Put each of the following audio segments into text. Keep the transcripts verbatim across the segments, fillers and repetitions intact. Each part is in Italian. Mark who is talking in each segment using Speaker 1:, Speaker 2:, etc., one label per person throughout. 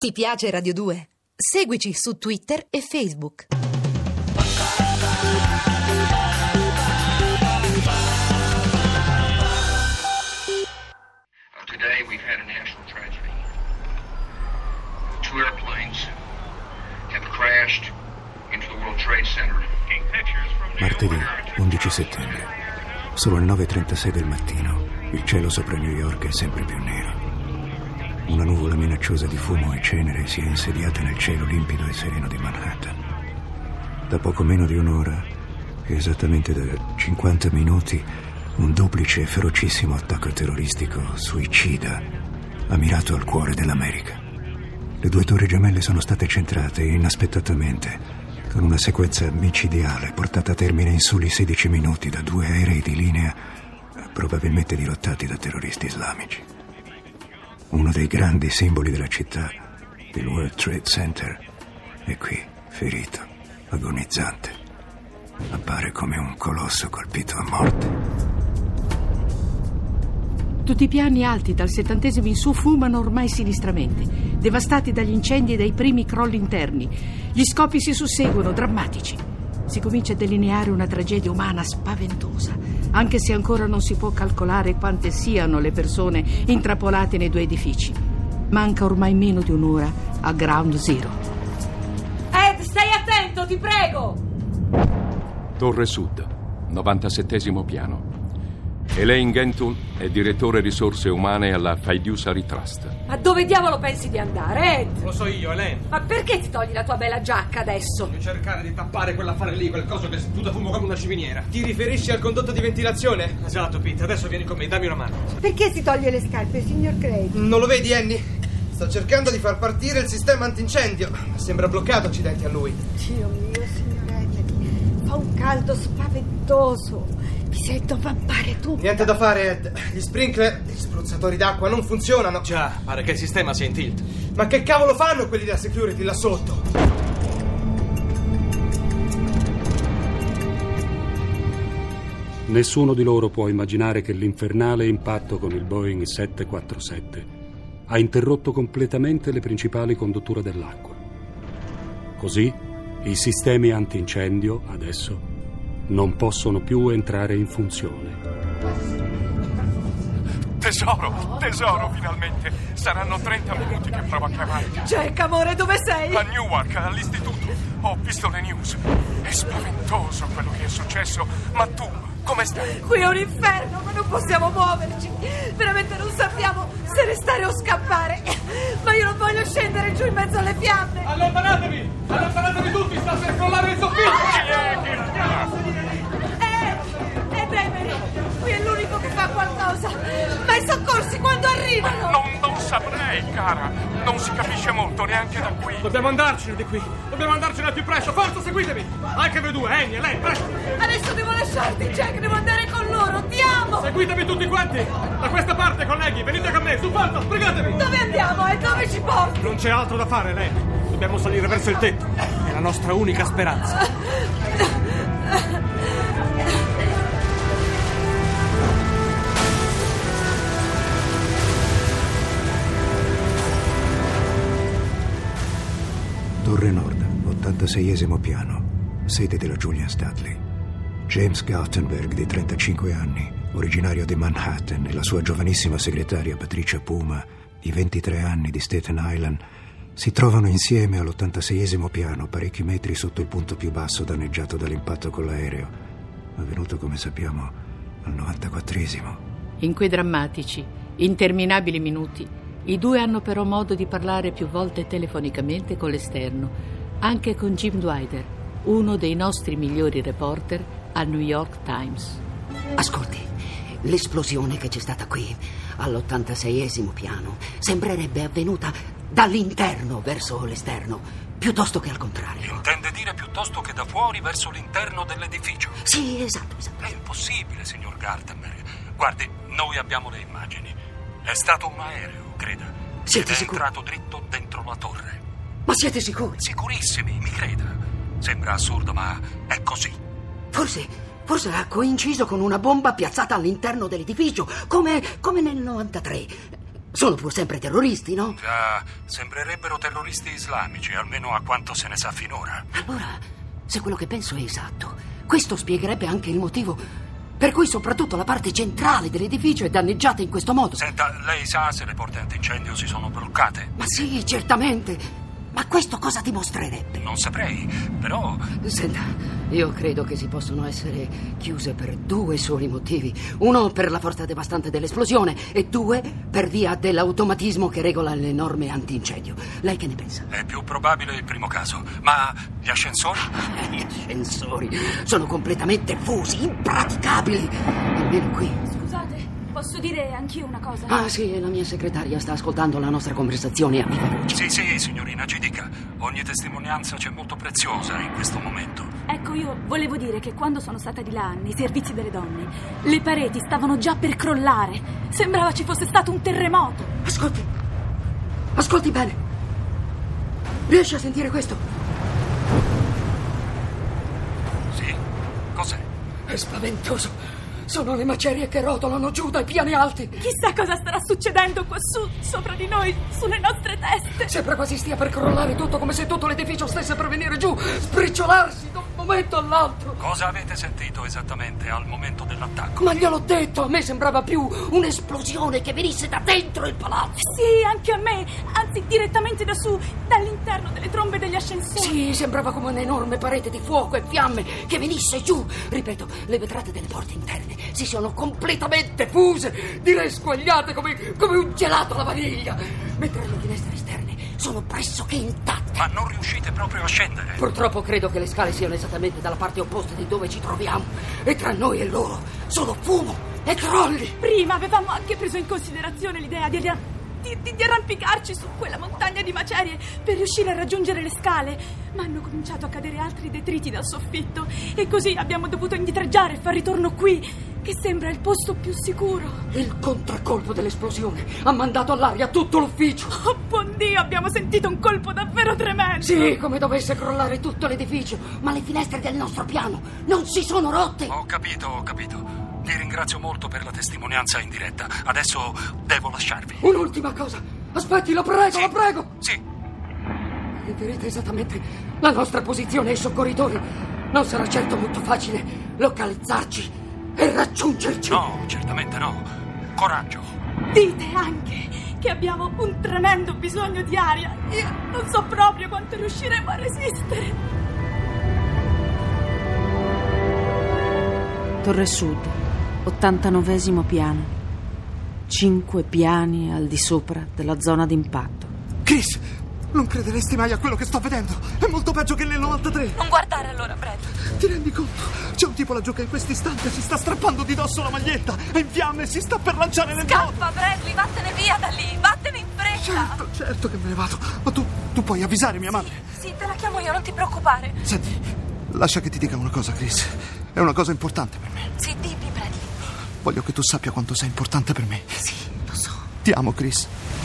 Speaker 1: Ti piace Radio due? Seguici su Twitter e Facebook.
Speaker 2: Today we've had a national tragedy. Two airplanes have crashed into the World Trade Center.
Speaker 3: Martedì undici settembre. Sono le nove e trentasei del mattino. Il cielo sopra New York è sempre più nero. Una nuvola minacciosa di fumo e cenere si è insediata nel cielo limpido e sereno di Manhattan. Da poco meno di un'ora, esattamente da cinquanta minuti, un duplice e ferocissimo attacco terroristico suicida ha mirato al cuore dell'America. Le due torri gemelle sono state centrate inaspettatamente, con una sequenza micidiale portata a termine in soli sedici minuti da due aerei di linea, probabilmente dirottati da terroristi islamici. Uno dei grandi simboli della città, il World Trade Center, è qui, ferito, agonizzante. Appare come un colosso colpito a morte.
Speaker 4: Tutti i piani alti dal settantesimo in su fumano ormai sinistramente, devastati dagli incendi e dai primi crolli interni. Gli scoppi si susseguono, drammatici. Si comincia a delineare una tragedia umana spaventosa, anche se ancora non si può calcolare quante siano le persone intrappolate nei due edifici. Manca ormai meno di un'ora a Ground Zero.
Speaker 5: Ed, stai attento, ti prego!
Speaker 6: Torre Sud, novantasettesimo piano. Elaine Genton è direttore risorse umane alla Fiduciary Trust.
Speaker 5: Ma dove diavolo pensi di andare, Ed?
Speaker 7: Lo so io, Elaine.
Speaker 5: Ma perché ti togli la tua bella giacca adesso?
Speaker 7: Voglio cercare di tappare quell'affare lì, quel coso che sputa fumo come una ciminiera. Ti riferisci al condotto di ventilazione? Esatto, Pete, adesso vieni con me, dammi una mano.
Speaker 8: Perché si toglie le scarpe, signor Craig?
Speaker 7: Non lo vedi, Annie? Sto cercando di far partire il sistema antincendio. Sembra bloccato, accidenti a lui.
Speaker 8: Dio mio, signor Ed, fa un caldo spaventoso. Mi sento vampare tutto.
Speaker 7: Niente da fare, Ed. Gli sprinkler, gli spruzzatori d'acqua non funzionano.
Speaker 9: Già, pare che il sistema sia in tilt.
Speaker 7: Ma che cavolo fanno quelli della security là sotto?
Speaker 10: Nessuno di loro può immaginare che l'infernale impatto con il Boeing sette quattro sette ha interrotto completamente le principali condutture dell'acqua. Così i sistemi antincendio adesso non possono più entrare in funzione.
Speaker 11: Tesoro, tesoro, finalmente. Saranno trenta minuti che provo a chiamarti.
Speaker 5: Jack, amore, dove sei?
Speaker 11: A Newark, all'istituto. Ho visto le news. È spaventoso quello che è successo. Ma tu, come stai?
Speaker 5: Qui è un inferno, ma non possiamo muoverci. Veramente non sappiamo se restare o scappare. Ma io non voglio scendere giù in mezzo alle fiamme.
Speaker 7: Allontanatevi! Allontanatevi tutti! Sta per crollare il soffitto!
Speaker 11: Chi è che...
Speaker 5: Eh, è Beverly. Qui è l'unico che fa qualcosa. Ma i soccorsi quando arrivano?
Speaker 11: Non, non saprei, cara. Non si capisce molto neanche da qui.
Speaker 7: Dobbiamo andarcene di qui. Dobbiamo andarcene al più presto. Forza, seguitemi. Anche voi due, Annie, lei, presto.
Speaker 5: Adesso devo lasciarti, Jack. Devo andare con loro. Ti amo.
Speaker 7: Seguitemi tutti quanti. Da questa parte, colleghi. Venite con me. Su, forza, sbrigatevi.
Speaker 5: Dove andiamo e dove ci porti?
Speaker 7: Non c'è altro da fare, lei. Dobbiamo salire verso il tetto. È la nostra unica speranza.
Speaker 3: Torre Nord, ottantaseiesimo piano, sede della Julian Studley. James Galtenberg, di trentacinque anni, originario di Manhattan, e la sua giovanissima segretaria Patricia Puma, di ventitré anni, di Staten Island, si trovano insieme all'ottantaseiesimo piano, parecchi metri sotto il punto più basso danneggiato dall'impatto con l'aereo, avvenuto, come sappiamo, al novantaquattresimo.
Speaker 4: In quei drammatici, interminabili minuti, i due hanno però modo di parlare più volte telefonicamente con l'esterno, anche con Jim Dwider, uno dei nostri migliori reporter al New York Times.
Speaker 12: Ascolti, l'esplosione che c'è stata qui, all'ottantaseiesimo piano, sembrerebbe avvenuta dall'interno verso l'esterno, piuttosto che al contrario.
Speaker 10: Intende dire piuttosto che da fuori verso l'interno dell'edificio?
Speaker 12: Sì, esatto, esatto.
Speaker 10: È impossibile, signor Gartenberg. Guardi, noi abbiamo le immagini. È stato un aereo, creda.
Speaker 12: Siete
Speaker 10: Ed è
Speaker 12: sicuri?
Speaker 10: entrato dritto dentro la torre.
Speaker 12: Ma siete sicuri?
Speaker 10: Sicurissimi, mi creda. Sembra assurdo, ma è così.
Speaker 12: Forse, forse ha coinciso con una bomba piazzata all'interno dell'edificio, come, come nel novantatré. Sono pur sempre terroristi, no?
Speaker 10: Già, sembrerebbero terroristi islamici, almeno a quanto se ne sa finora.
Speaker 12: Allora, se quello che penso è esatto, questo spiegherebbe anche il motivo per cui soprattutto la parte centrale dell'edificio è danneggiata in questo modo.
Speaker 10: Senta, lei sa se le porte antincendio si sono bloccate?
Speaker 12: Ma sì, certamente. Ma questo cosa dimostrerebbe?
Speaker 10: Non saprei, però...
Speaker 12: Senta, io credo che si possono essere chiuse per due soli motivi. Uno per la forza devastante dell'esplosione e due per via dell'automatismo che regola le norme antincendio. Lei che ne pensa?
Speaker 10: È più probabile il primo caso, ma gli ascensori?
Speaker 12: Gli ascensori sono completamente fusi, impraticabili. Almeno qui.
Speaker 13: Posso dire anch'io una cosa?
Speaker 12: Ah sì, la mia segretaria sta ascoltando la nostra conversazione a viva voce.
Speaker 10: Sì, sì, signorina, ci dica. Ogni testimonianza c'è molto preziosa in questo momento.
Speaker 13: Ecco, io volevo dire che quando sono stata di là, nei servizi delle donne, le pareti stavano già per crollare. Sembrava ci fosse stato un terremoto.
Speaker 12: Ascolti, ascolti bene. Riesci a sentire questo?
Speaker 10: Sì? Cos'è?
Speaker 12: È spaventoso. Sono le macerie che rotolano giù dai piani alti.
Speaker 13: Chissà cosa starà succedendo quassù, sopra di noi, sulle nostre teste.
Speaker 12: Sembra quasi stia per crollare tutto, come se tutto l'edificio stesse per venire giù, sbriciolarsi da un momento all'altro.
Speaker 10: Cosa avete sentito esattamente al momento dell'attacco?
Speaker 12: Ma gliel'ho detto, a me sembrava più un'esplosione che venisse da dentro il palazzo.
Speaker 13: Sì, anche a me, anzi direttamente da su, dall'interno delle trombe degli ascensori.
Speaker 12: Sì, sembrava come un'enorme parete di fuoco e fiamme che venisse giù. Ripeto, le vetrate delle porte interne si sono completamente fuse, direi squagliate come, come un gelato alla vaniglia, mentre le finestre esterne sono pressoché intatte.
Speaker 10: Ma non riuscite proprio a scendere?
Speaker 12: Purtroppo credo che le scale siano esattamente dalla parte opposta di dove ci troviamo, e tra noi e loro solo fumo e crolli.
Speaker 13: Prima avevamo anche preso in considerazione l'idea di, di, di, di arrampicarci su quella montagna di macerie per riuscire a raggiungere le scale, ma hanno cominciato a cadere altri detriti dal soffitto e così abbiamo dovuto indietreggiare e far ritorno qui, che sembra il posto più sicuro.
Speaker 12: Il contraccolpo dell'esplosione ha mandato all'aria tutto l'ufficio.
Speaker 13: Oh, buon Dio, abbiamo sentito un colpo davvero tremendo.
Speaker 12: Sì, come dovesse crollare tutto l'edificio, ma le finestre del nostro piano non si sono rotte.
Speaker 10: Ho capito, ho capito. Vi ringrazio molto per la testimonianza in diretta. Adesso devo lasciarvi.
Speaker 12: Un'ultima cosa. Aspetti, lo prego,
Speaker 10: sì.
Speaker 12: lo prego.
Speaker 10: Sì.
Speaker 12: Vedrete esattamente la nostra posizione ai soccorritori. Non sarà certo molto facile localizzarci e raggiungerci.
Speaker 10: No, certamente no. Coraggio.
Speaker 13: Dite anche che abbiamo un tremendo bisogno di aria. Io non so proprio quanto riusciremo a resistere.
Speaker 4: Torre Sud, ottantanovesimo piano. Cinque piani al di sopra della zona d'impatto.
Speaker 14: Chris, non crederesti mai a quello che sto vedendo. È molto peggio che nel novantatré.
Speaker 13: Non guardare allora, Brad.
Speaker 14: Ti rendi conto? C'è un tipo laggiù che in quest'istante si sta strappando di dosso la maglietta. È in fiamme e si sta per lanciare nel
Speaker 13: Scappa,
Speaker 14: vuoto.
Speaker 13: Scappa, Bradley, vattene via da lì. Vattene in fretta.
Speaker 14: Certo, certo che me ne vado. Ma tu, tu puoi avvisare mia madre.
Speaker 13: Sì, sì, te la chiamo io, non ti preoccupare.
Speaker 14: Senti, lascia che ti dica una cosa, Chris. È una cosa importante per me.
Speaker 13: Sì, dimmi, Bradley.
Speaker 14: Voglio che tu sappia quanto sei importante per me.
Speaker 13: Sì, lo so.
Speaker 14: Ti amo, Chris.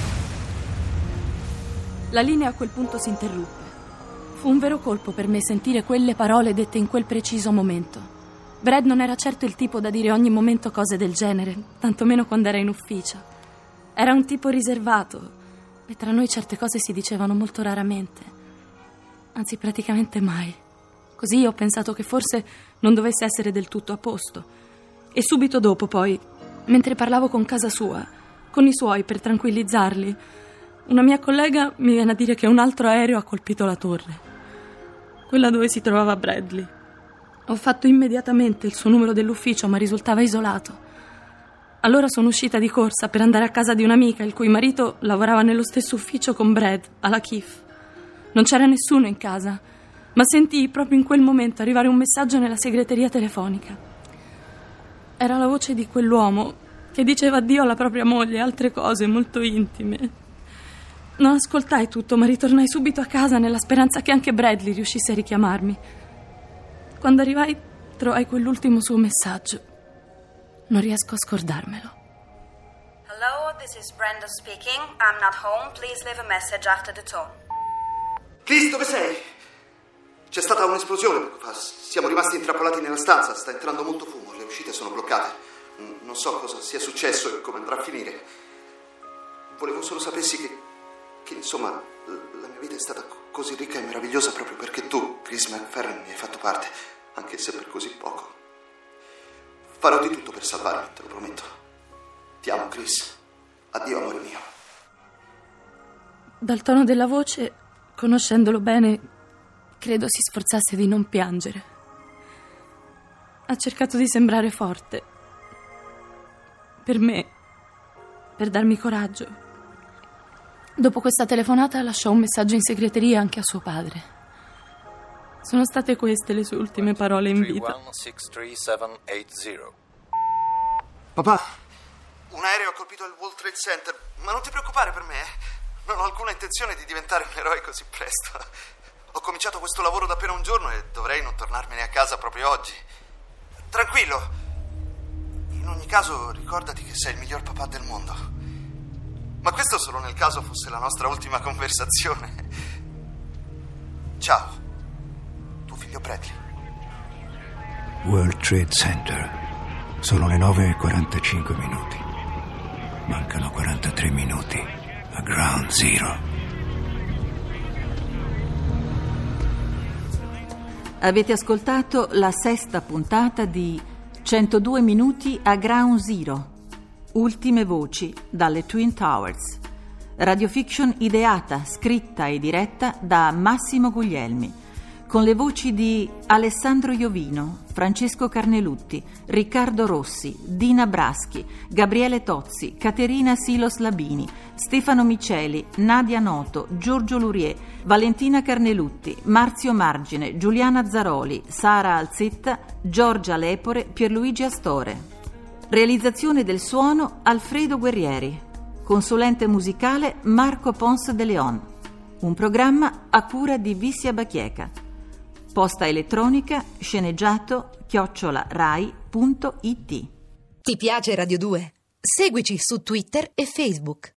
Speaker 13: La linea a quel punto si interruppe. Fu un vero colpo per me sentire quelle parole dette in quel preciso momento. Brad non era certo il tipo da dire ogni momento cose del genere, tantomeno quando era in ufficio. Era un tipo riservato e tra noi certe cose si dicevano molto raramente. Anzi, praticamente mai. Così ho pensato che forse non dovesse essere del tutto a posto. E subito dopo, poi, mentre parlavo con casa sua, con i suoi per tranquillizzarli, una mia collega mi viene a dire che un altro aereo ha colpito la torre, quella dove si trovava Bradley. Ho fatto immediatamente il suo numero dell'ufficio, ma risultava isolato. Allora sono uscita di corsa per andare a casa di un'amica il cui marito lavorava nello stesso ufficio con Brad, alla Kif. Non c'era nessuno in casa, ma sentii proprio in quel momento arrivare un messaggio nella segreteria telefonica. Era la voce di quell'uomo che diceva addio alla propria moglie e altre cose molto intime. Non ascoltai tutto, ma ritornai subito a casa nella speranza che anche Bradley riuscisse a richiamarmi. Quando arrivai, trovai quell'ultimo suo messaggio. Non riesco a scordarmelo.
Speaker 15: Hello, this is Brenda speaking. I'm not home. Please leave a message after the tone.
Speaker 14: Chris, dove sei? C'è stata un'esplosione poco fa. Siamo rimasti intrappolati nella stanza. Sta entrando molto fumo. Le uscite sono bloccate. Non so cosa sia successo e come andrà a finire. Volevo solo sapessi che, che insomma, la mia vita è stata così ricca e meravigliosa proprio perché tu, Chris McFerrin, mi hai fatto parte, anche se per così poco. Farò di tutto per salvarmi, te lo prometto. Ti amo, Chris. Addio, amore mio.
Speaker 13: Dal tono della voce, conoscendolo bene, credo si sforzasse di non piangere. Ha cercato di sembrare forte. Per me, per darmi coraggio. Dopo questa telefonata lasciò un messaggio in segreteria anche a suo padre. Sono state queste le sue ultime parole in vita.
Speaker 14: Papà, un aereo ha colpito il World Trade Center, ma non ti preoccupare per me, eh? Non ho alcuna intenzione di diventare un eroe così presto. Ho cominciato questo lavoro da appena un giorno e dovrei non tornarmene a casa proprio oggi. Tranquillo. In ogni caso, ricordati che sei il miglior papà del mondo. Ma questo solo nel caso fosse la nostra ultima conversazione. Ciao, tuo figlio Bradley.
Speaker 3: World Trade Center. Sono le nove e quarantacinque minuti. Mancano quarantatré minuti a Ground Zero.
Speaker 16: Avete ascoltato la sesta puntata di centodue minuti a Ground Zero. Ultime voci dalle Twin Towers. Radiofiction ideata, scritta e diretta da Massimo Guglielmi, con le voci di Alessandro Iovino, Francesco Carnelutti, Riccardo Rossi, Dina Braschi, Gabriele Tozzi, Caterina Silos Labini, Stefano Miceli, Nadia Noto, Giorgio Lurier, Valentina Carnelutti, Marzio Margine, Giuliana Zaroli, Sara Alzetta, Giorgia Lepore, Pierluigi Astore. Realizzazione del suono Alfredo Guerrieri. Consulente musicale Marco Pons de Leon. Un programma a cura di Vissia Bachieca. Posta elettronica sceneggiato chiocciola rai punto it.
Speaker 1: Ti piace Radio due? Seguici su Twitter e Facebook.